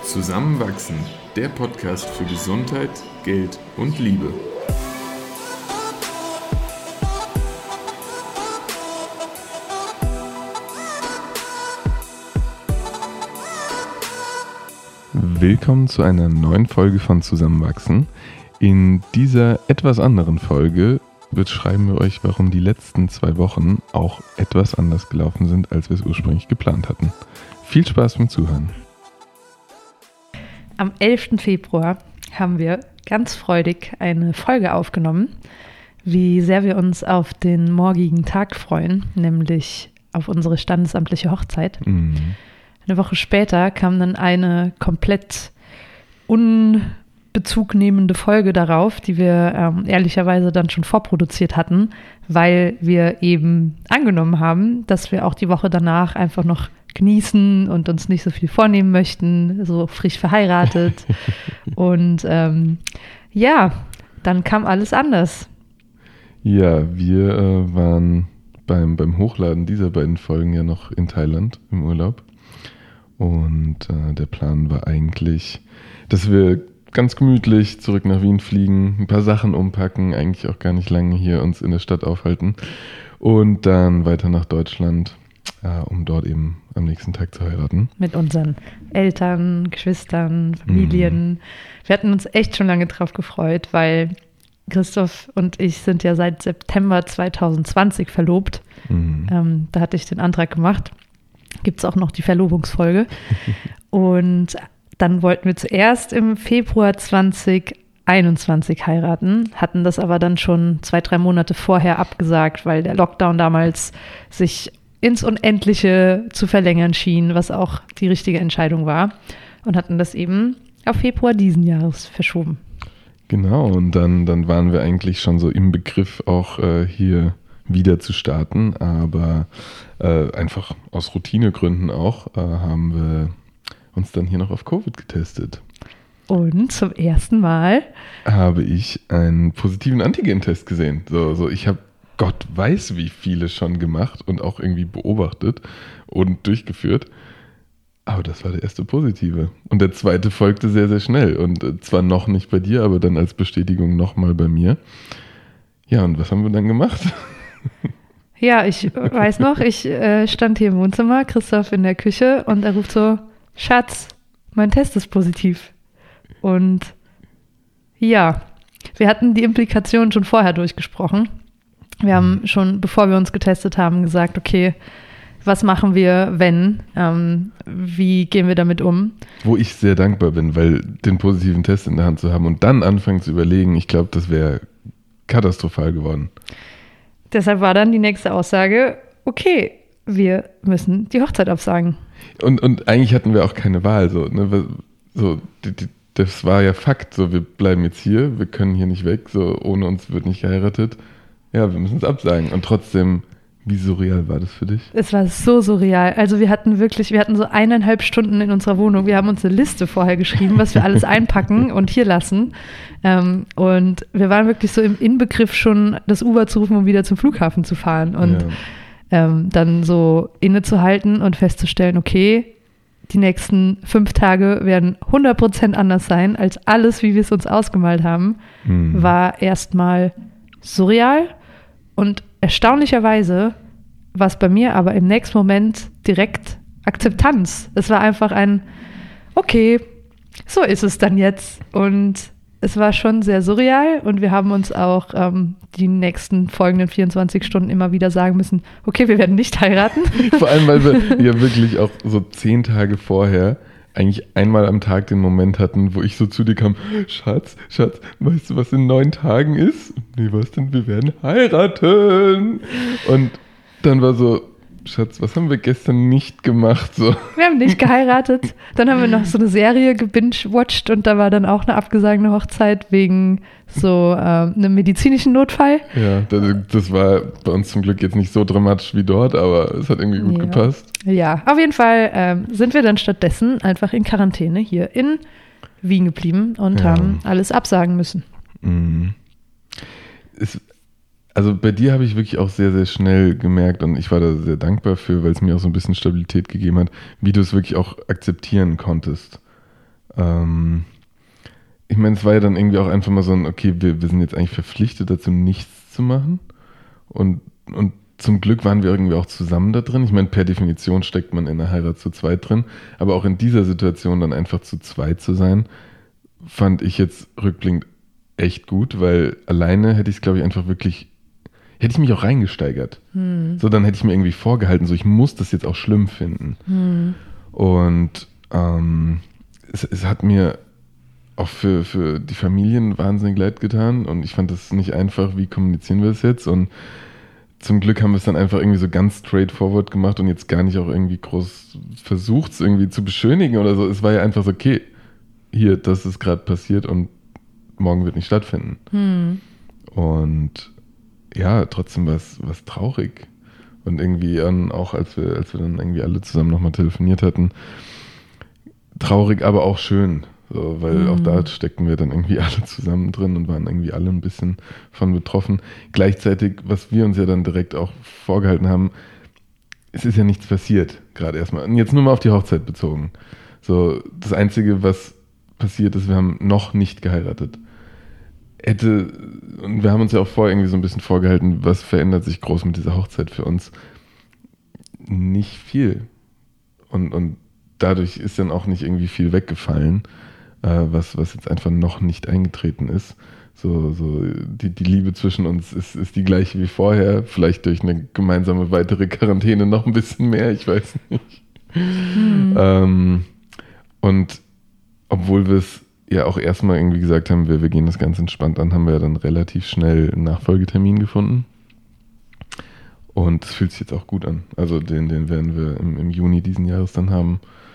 Zusammenwachsen, der Podcast für Gesundheit, Geld und Liebe. Willkommen zu einer neuen Folge von Zusammenwachsen. In dieser etwas anderen Folge beschreiben wir euch, warum die letzten 2 Wochen auch etwas anders gelaufen sind, als wir es ursprünglich geplant hatten. Viel Spaß beim Zuhören. Am 11. Februar haben wir ganz freudig eine Folge aufgenommen, wie sehr wir uns auf den morgigen Tag freuen, nämlich auf unsere standesamtliche Hochzeit. Eine Woche später kam dann eine komplett unbezugnehmende Folge darauf, die wir ehrlicherweise dann schon vorproduziert hatten, weil wir eben angenommen haben, dass wir auch die Woche danach einfach noch genießen und uns nicht so viel vornehmen möchten, so frisch verheiratet. Und dann kam alles anders. Ja, wir waren beim Hochladen dieser beiden Folgen ja noch in Thailand im Urlaub. Und der Plan war eigentlich, dass wir ganz gemütlich zurück nach Wien fliegen, ein paar Sachen umpacken, eigentlich auch gar nicht lange hier uns in der Stadt aufhalten und dann weiter nach Deutschland, um dort eben am nächsten Tag zu heiraten. Mit unseren Eltern, Geschwistern, Familien. Wir hatten uns echt schon lange drauf gefreut, weil Christoph und ich sind ja seit September 2020 verlobt. Da hatte ich den Antrag gemacht. Gibt es auch noch die Verlobungsfolge. Und dann wollten wir zuerst im Februar 2021 heiraten, hatten das aber dann schon 2-3 Monate vorher abgesagt, weil der Lockdown damals sich ins Unendliche zu verlängern schien, was auch die richtige Entscheidung war. Und hatten das eben auf Februar diesen Jahres verschoben. Genau, und dann waren wir eigentlich schon so im Begriff, auch hier wieder zu starten, aber einfach aus Routinegründen auch haben wir uns dann hier noch auf Covid getestet. Und zum ersten Mal habe ich einen positiven Antigen-Test gesehen. So, ich habe Gott weiß wie viele schon gemacht und auch irgendwie beobachtet und durchgeführt. Aber das war der erste positive. Und der zweite folgte sehr, sehr schnell. Und zwar noch nicht bei dir, aber dann als Bestätigung nochmal bei mir. Ja, und was haben wir dann gemacht? Ja, ich weiß noch, ich stand hier im Wohnzimmer, Christoph in der Küche und er ruft so, Schatz, mein Test ist positiv. Und ja, wir hatten die Implikationen schon vorher durchgesprochen. Wir haben schon, bevor wir uns getestet haben, gesagt, okay, was machen wir, wenn? Wie gehen wir damit um? Wo ich sehr dankbar bin, weil den positiven Test in der Hand zu haben und dann anfangen zu überlegen, ich glaube, das wäre katastrophal geworden. Deshalb war dann die nächste Aussage, okay, wir müssen die Hochzeit absagen. Und eigentlich hatten wir auch keine Wahl. Das war ja Fakt. So, wir bleiben jetzt hier, wir können hier nicht weg. So, ohne uns wird nicht geheiratet. Ja, wir müssen es absagen. Und trotzdem, wie surreal war das für dich? Es war so surreal. Also wir hatten so 1,5 Stunden in unserer Wohnung. Wir haben uns eine Liste vorher geschrieben, was wir alles einpacken und hier lassen. Und wir waren wirklich so im Inbegriff schon, das Uber zu rufen, um wieder zum Flughafen zu fahren. Und dann so innezuhalten und festzustellen, okay, die nächsten 5 Tage werden 100% anders sein als alles, wie wir es uns ausgemalt haben, war erstmal surreal. Und erstaunlicherweise war es bei mir aber im nächsten Moment direkt Akzeptanz. Es war einfach ein, okay, so ist es dann jetzt. Und es war schon sehr surreal und wir haben uns auch die nächsten folgenden 24 Stunden immer wieder sagen müssen, okay, wir werden nicht heiraten. Vor allem, weil wir ja wirklich auch so 10 Tage vorher eigentlich einmal am Tag den Moment hatten, wo ich so zu dir kam, Schatz, weißt du, was in 9 Tagen ist? Nee, was denn? Wir werden heiraten. Und dann war so, Schatz, was haben wir gestern nicht gemacht? So. Wir haben nicht geheiratet. Dann haben wir noch so eine Serie gebingewatcht und da war dann auch eine abgesagte Hochzeit wegen so einem medizinischen Notfall. Ja, das war bei uns zum Glück jetzt nicht so dramatisch wie dort, aber es hat irgendwie gut gepasst. Ja, auf jeden Fall sind wir dann stattdessen einfach in Quarantäne hier in Wien geblieben und haben alles absagen müssen. Also bei dir habe ich wirklich auch sehr, sehr schnell gemerkt und ich war da sehr dankbar für, weil es mir auch so ein bisschen Stabilität gegeben hat, wie du es wirklich auch akzeptieren konntest. Ich meine, es war ja dann irgendwie auch einfach mal so ein, okay, wir sind jetzt eigentlich verpflichtet dazu, nichts zu machen. Und zum Glück waren wir irgendwie auch zusammen da drin. Ich meine, per Definition steckt man in der Heirat zu zweit drin. Aber auch in dieser Situation dann einfach zu zweit zu sein, fand ich jetzt rückblickend echt gut, weil alleine hätte ich es, glaube ich, einfach wirklich, hätte ich mich auch reingesteigert. So, dann hätte ich mir irgendwie vorgehalten, so ich muss das jetzt auch schlimm finden. Und es hat mir auch für die Familien wahnsinnig leid getan und ich fand das nicht einfach, wie kommunizieren wir es jetzt, und zum Glück haben wir es dann einfach irgendwie so ganz straightforward gemacht und jetzt gar nicht auch irgendwie groß versucht, es irgendwie zu beschönigen oder so. Es war ja einfach so, okay, hier, das ist gerade passiert und morgen wird nicht stattfinden. Und ja, trotzdem war es traurig. Und irgendwie auch, als wir dann irgendwie alle zusammen nochmal telefoniert hatten, traurig, aber auch schön. So, weil auch da steckten wir dann irgendwie alle zusammen drin und waren irgendwie alle ein bisschen von betroffen. Gleichzeitig, was wir uns ja dann direkt auch vorgehalten haben, es ist ja nichts passiert, gerade erstmal. Und jetzt nur mal auf die Hochzeit bezogen. So, das Einzige, was passiert ist, wir haben noch nicht geheiratet. Und wir haben uns ja auch vorher irgendwie so ein bisschen vorgehalten, was verändert sich groß mit dieser Hochzeit für uns? Nicht viel. Und dadurch ist dann auch nicht irgendwie viel weggefallen, was jetzt einfach noch nicht eingetreten ist. So die Liebe zwischen uns ist die gleiche wie vorher, vielleicht durch eine gemeinsame weitere Quarantäne noch ein bisschen mehr, ich weiß nicht. Und obwohl wir es ja auch erstmal irgendwie gesagt haben, wir gehen das ganz entspannt an, haben wir ja dann relativ schnell einen Nachfolgetermin gefunden. Und es fühlt sich jetzt auch gut an. Also den werden wir im Juni diesen Jahres dann haben.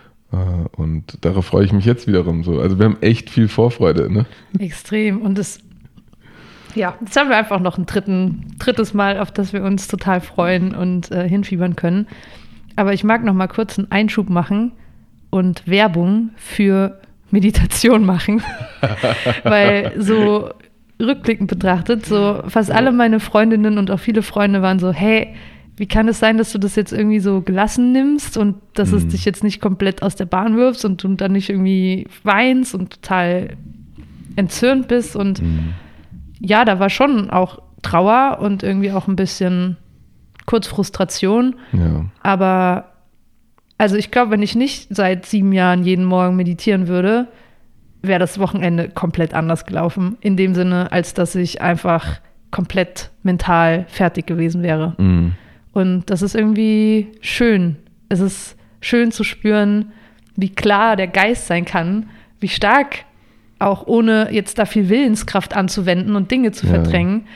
Und darauf freue ich mich jetzt wiederum so. Also wir haben echt viel Vorfreude, ne? Extrem. Und jetzt haben wir einfach noch ein drittes Mal, auf das wir uns total freuen und hinfiebern können. Aber ich mag noch mal kurz einen Einschub machen und Werbung für Meditation machen. Weil so rückblickend betrachtet, so fast alle meine Freundinnen und auch viele Freunde waren so, hey, wie kann es sein, dass du das jetzt irgendwie so gelassen nimmst und dass es dich jetzt nicht komplett aus der Bahn wirfst und du dann nicht irgendwie weinst und total entzürnt bist? Und ja, da war schon auch Trauer und irgendwie auch ein bisschen kurz Frustration. Ja. Aber also ich glaube, wenn ich nicht seit 7 Jahren jeden Morgen meditieren würde, wäre das Wochenende komplett anders gelaufen. In dem Sinne, als dass ich einfach komplett mental fertig gewesen wäre. Und das ist irgendwie schön. Es ist schön zu spüren, wie klar der Geist sein kann, wie stark, auch ohne jetzt da viel Willenskraft anzuwenden und Dinge zu verdrängen,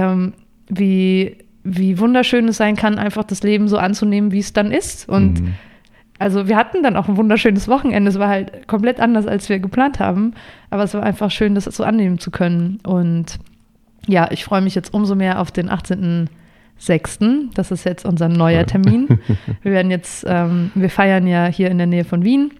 wie wunderschön es sein kann, einfach das Leben so anzunehmen, wie es dann ist. Und also wir hatten dann auch ein wunderschönes Wochenende. Es war halt komplett anders, als wir geplant haben. Aber es war einfach schön, das so annehmen zu können. Und ja, ich freue mich jetzt umso mehr auf den 18.06. Das ist jetzt unser neuer Termin. Wir werden jetzt, wir feiern ja hier in der Nähe von Wien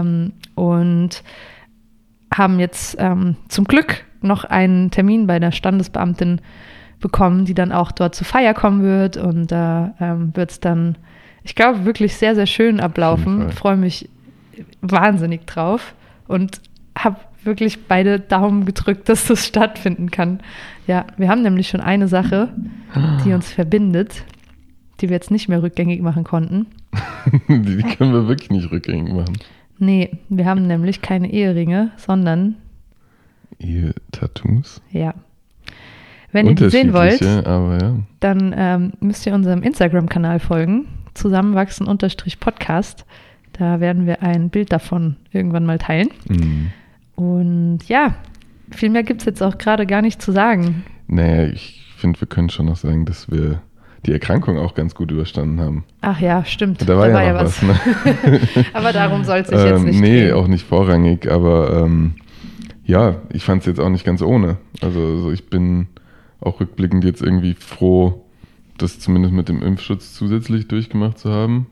und haben jetzt zum Glück noch einen Termin bei der Standesbeamtin bekommen, die dann auch dort zur Feier kommen wird. Und da wird es dann, ich glaube, wirklich sehr, sehr schön ablaufen. Freue mich wahnsinnig drauf und habe wirklich beide Daumen gedrückt, dass das stattfinden kann. Ja, wir haben nämlich schon eine Sache, die uns verbindet, die wir jetzt nicht mehr rückgängig machen konnten. Die können wir wirklich nicht rückgängig machen. Nee, wir haben nämlich keine Eheringe, sondern Ehe-Tattoos. Ja. Wenn ihr die sehen wollt, aber ja. Dann müsst ihr unserem Instagram-Kanal folgen, zusammenwachsen_Podcast. Da werden wir ein Bild davon irgendwann mal teilen. Und ja, viel mehr gibt es jetzt auch gerade gar nicht zu sagen. Naja, ich finde, wir können schon noch sagen, dass wir die Erkrankung auch ganz gut überstanden haben. Ach ja, stimmt. Da war ja noch was. Ne? Aber darum soll es sich jetzt nicht Nee, gehen. auch nicht vorrangig. Aber ja, ich fand es jetzt auch nicht ganz ohne. Also ich bin auch rückblickend jetzt irgendwie froh, das zumindest mit dem Impfschutz zusätzlich durchgemacht zu haben.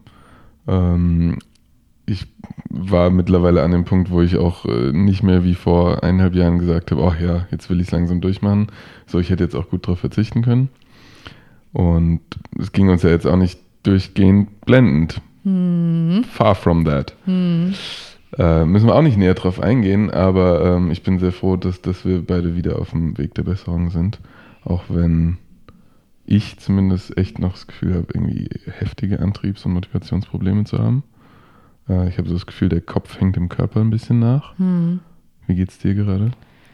Ich war mittlerweile an dem Punkt, wo ich auch nicht mehr wie vor 1,5 Jahren gesagt habe, ach ja, jetzt will ich es langsam durchmachen. So, ich hätte jetzt auch gut darauf verzichten können. Und es ging uns ja jetzt auch nicht durchgehend blendend. Far from that. Müssen wir auch nicht näher drauf eingehen, aber ich bin sehr froh, dass wir beide wieder auf dem Weg der Besserung sind. Auch wenn ich zumindest echt noch das Gefühl habe, irgendwie heftige Antriebs- und Motivationsprobleme zu haben. Ich habe so das Gefühl, der Kopf hängt dem Körper ein bisschen nach. Wie geht's dir gerade?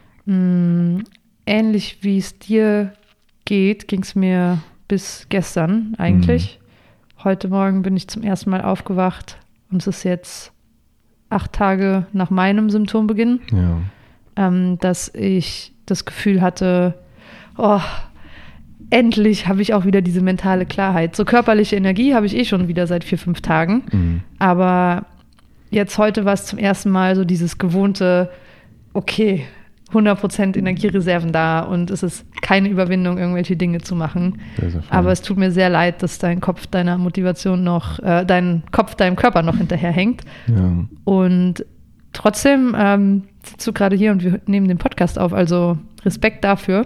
Ähnlich wie es dir geht, ging es mir bis gestern eigentlich. Heute Morgen bin ich zum ersten Mal aufgewacht und es ist jetzt 8 Tage nach meinem Symptombeginn, dass ich das Gefühl hatte, endlich habe ich auch wieder diese mentale Klarheit. So körperliche Energie habe ich eh schon wieder seit 4-5 Tagen. Aber jetzt heute war es zum ersten Mal so dieses gewohnte, okay, 100% Energiereserven da und es ist keine Überwindung, irgendwelche Dinge zu machen. Aber es tut mir sehr leid, dass dein Kopf deiner Motivation noch, dein Kopf deinem Körper noch hinterherhängt. Ja. Und trotzdem sitzt du gerade hier und wir nehmen den Podcast auf, also Respekt dafür.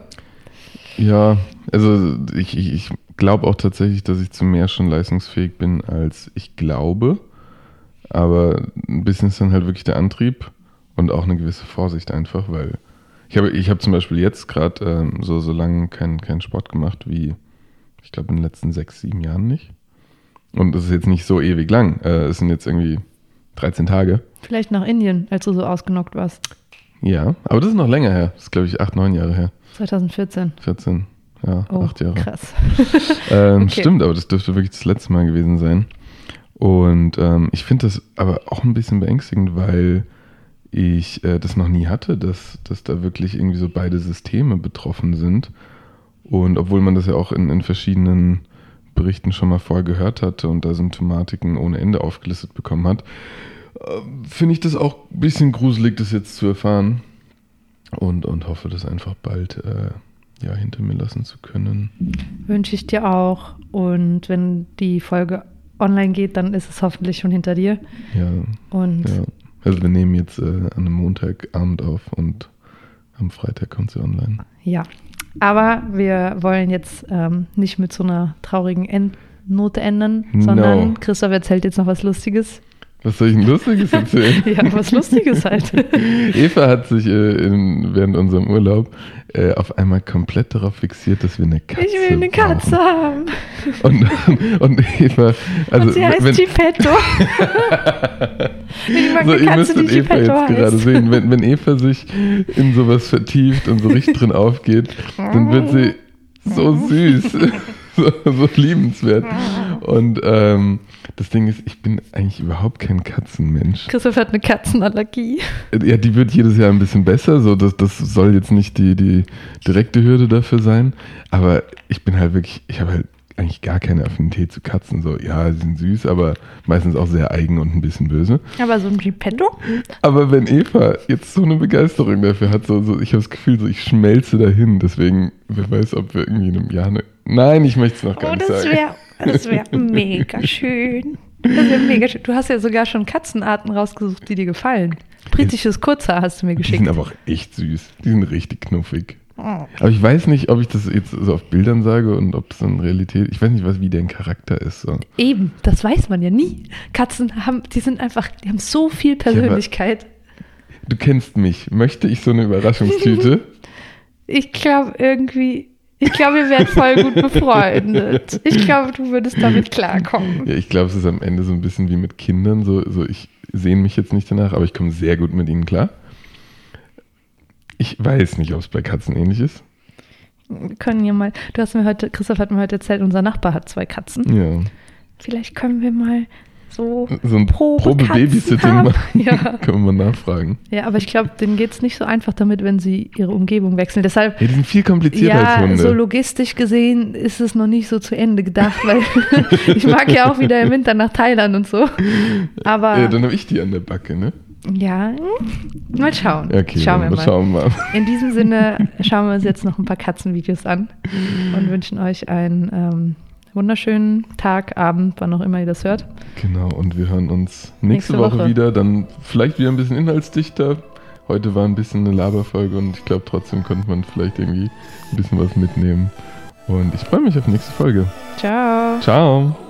Ja, also ich glaube auch tatsächlich, dass ich zu mehr schon leistungsfähig bin, als ich glaube. Aber ein bisschen ist dann halt wirklich der Antrieb und auch eine gewisse Vorsicht einfach, weil ich habe zum Beispiel jetzt gerade so lange keinen Sport gemacht wie, ich glaube, in den letzten 6-7 Jahren nicht. Und das ist jetzt nicht so ewig lang. Es sind jetzt irgendwie 13 Tage. Vielleicht nach Indien, als du so ausgenockt warst. Ja, aber das ist noch länger her. Das ist, glaube ich, 8-9 Jahre her. 2014. 14, ja, 8 Jahre. Krass. Okay. Stimmt, aber das dürfte wirklich das letzte Mal gewesen sein. Und ich finde das aber auch ein bisschen beängstigend, weil ich das noch nie hatte, dass da wirklich irgendwie so beide Systeme betroffen sind. Und obwohl man das ja auch in verschiedenen Berichten schon mal vorher gehört hatte und da Symptomatiken ohne Ende aufgelistet bekommen hat, finde ich das auch ein bisschen gruselig, das jetzt zu erfahren. Und hoffe, das einfach bald hinter mir lassen zu können. Wünsche ich dir auch. Und wenn die Folge online geht, dann ist es hoffentlich schon hinter dir. Ja. Und ja. Also wir nehmen jetzt an einem Montagabend auf und am Freitag kommt sie online. Ja, aber wir wollen jetzt nicht mit so einer traurigen Endnote enden, sondern Christoph erzählt jetzt noch was Lustiges. Was soll ich denn Lustiges erzählen? Ja, was Lustiges halt. Eva hat sich während unserem Urlaub auf einmal komplett darauf fixiert, dass wir eine Katze Ich will eine Katze haben. Und Eva... Also, und sie heißt Geppetto. Ihr müsstet Eva jetzt gerade sehen. Wenn Eva sich in sowas vertieft und so richtig drin aufgeht, dann wird sie so süß. so liebenswert. Und das Ding ist, ich bin eigentlich überhaupt kein Katzenmensch. Christoph hat eine Katzenallergie. Ja, die wird jedes Jahr ein bisschen besser. So, das soll jetzt nicht die direkte Hürde dafür sein. Aber ich bin halt wirklich, ich habe halt eigentlich gar keine Affinität zu Katzen. So, ja, sie sind süß, aber meistens auch sehr eigen und ein bisschen böse. Aber so ein Geppetto? Aber wenn Eva jetzt so eine Begeisterung dafür hat, so ich habe das Gefühl, so ich schmelze dahin. Deswegen, wer weiß, ob wir irgendwie in einem Jahr Nein, ich möchte es noch gar nicht sagen. Das wäre mega schön. Das wäre mega schön. Du hast ja sogar schon Katzenarten rausgesucht, die dir gefallen. Britisches Kurzhaar hast du mir geschickt. Die sind aber auch echt süß. Die sind richtig knuffig. Aber ich weiß nicht, ob ich das jetzt so auf Bildern sage und ob es in Realität, ich weiß nicht, wie deren Charakter ist. So. Eben, das weiß man ja nie. Katzen haben so viel Persönlichkeit. Ja, du kennst mich. Möchte ich so eine Überraschungstüte? Ich glaube, wir wären voll gut befreundet. Ich glaube, du würdest damit klarkommen. Ja, ich glaube, es ist am Ende so ein bisschen wie mit Kindern. So ich sehne mich jetzt nicht danach, aber ich komme sehr gut mit ihnen klar. Ich weiß nicht, ob es bei Katzen ähnlich ist. Wir können ja mal, Christoph hat mir heute erzählt, unser Nachbar hat 2 Katzen. Ja. Vielleicht können wir mal so ein Probe-Babysitting machen. Ja. Können wir mal nachfragen. Ja, aber ich glaube, denen geht es nicht so einfach damit, wenn sie ihre Umgebung wechseln. Deshalb, ja, die sind viel komplizierter als Hunde. So logistisch gesehen ist es noch nicht so zu Ende gedacht, weil ich mag ja auch wieder im Winter nach Thailand und so. Aber ja, dann habe ich die an der Backe, ne? Ja, mal schauen. Okay, schauen wir mal. In diesem Sinne schauen wir uns jetzt noch ein paar Katzenvideos an und wünschen euch einen wunderschönen Tag, Abend, wann auch immer ihr das hört. Genau, und wir hören uns nächste Woche wieder, dann vielleicht wieder ein bisschen inhaltsdichter. Heute war ein bisschen eine Laberfolge und ich glaube, trotzdem konnte man vielleicht irgendwie ein bisschen was mitnehmen. Und ich freue mich auf nächste Folge. Ciao. Ciao.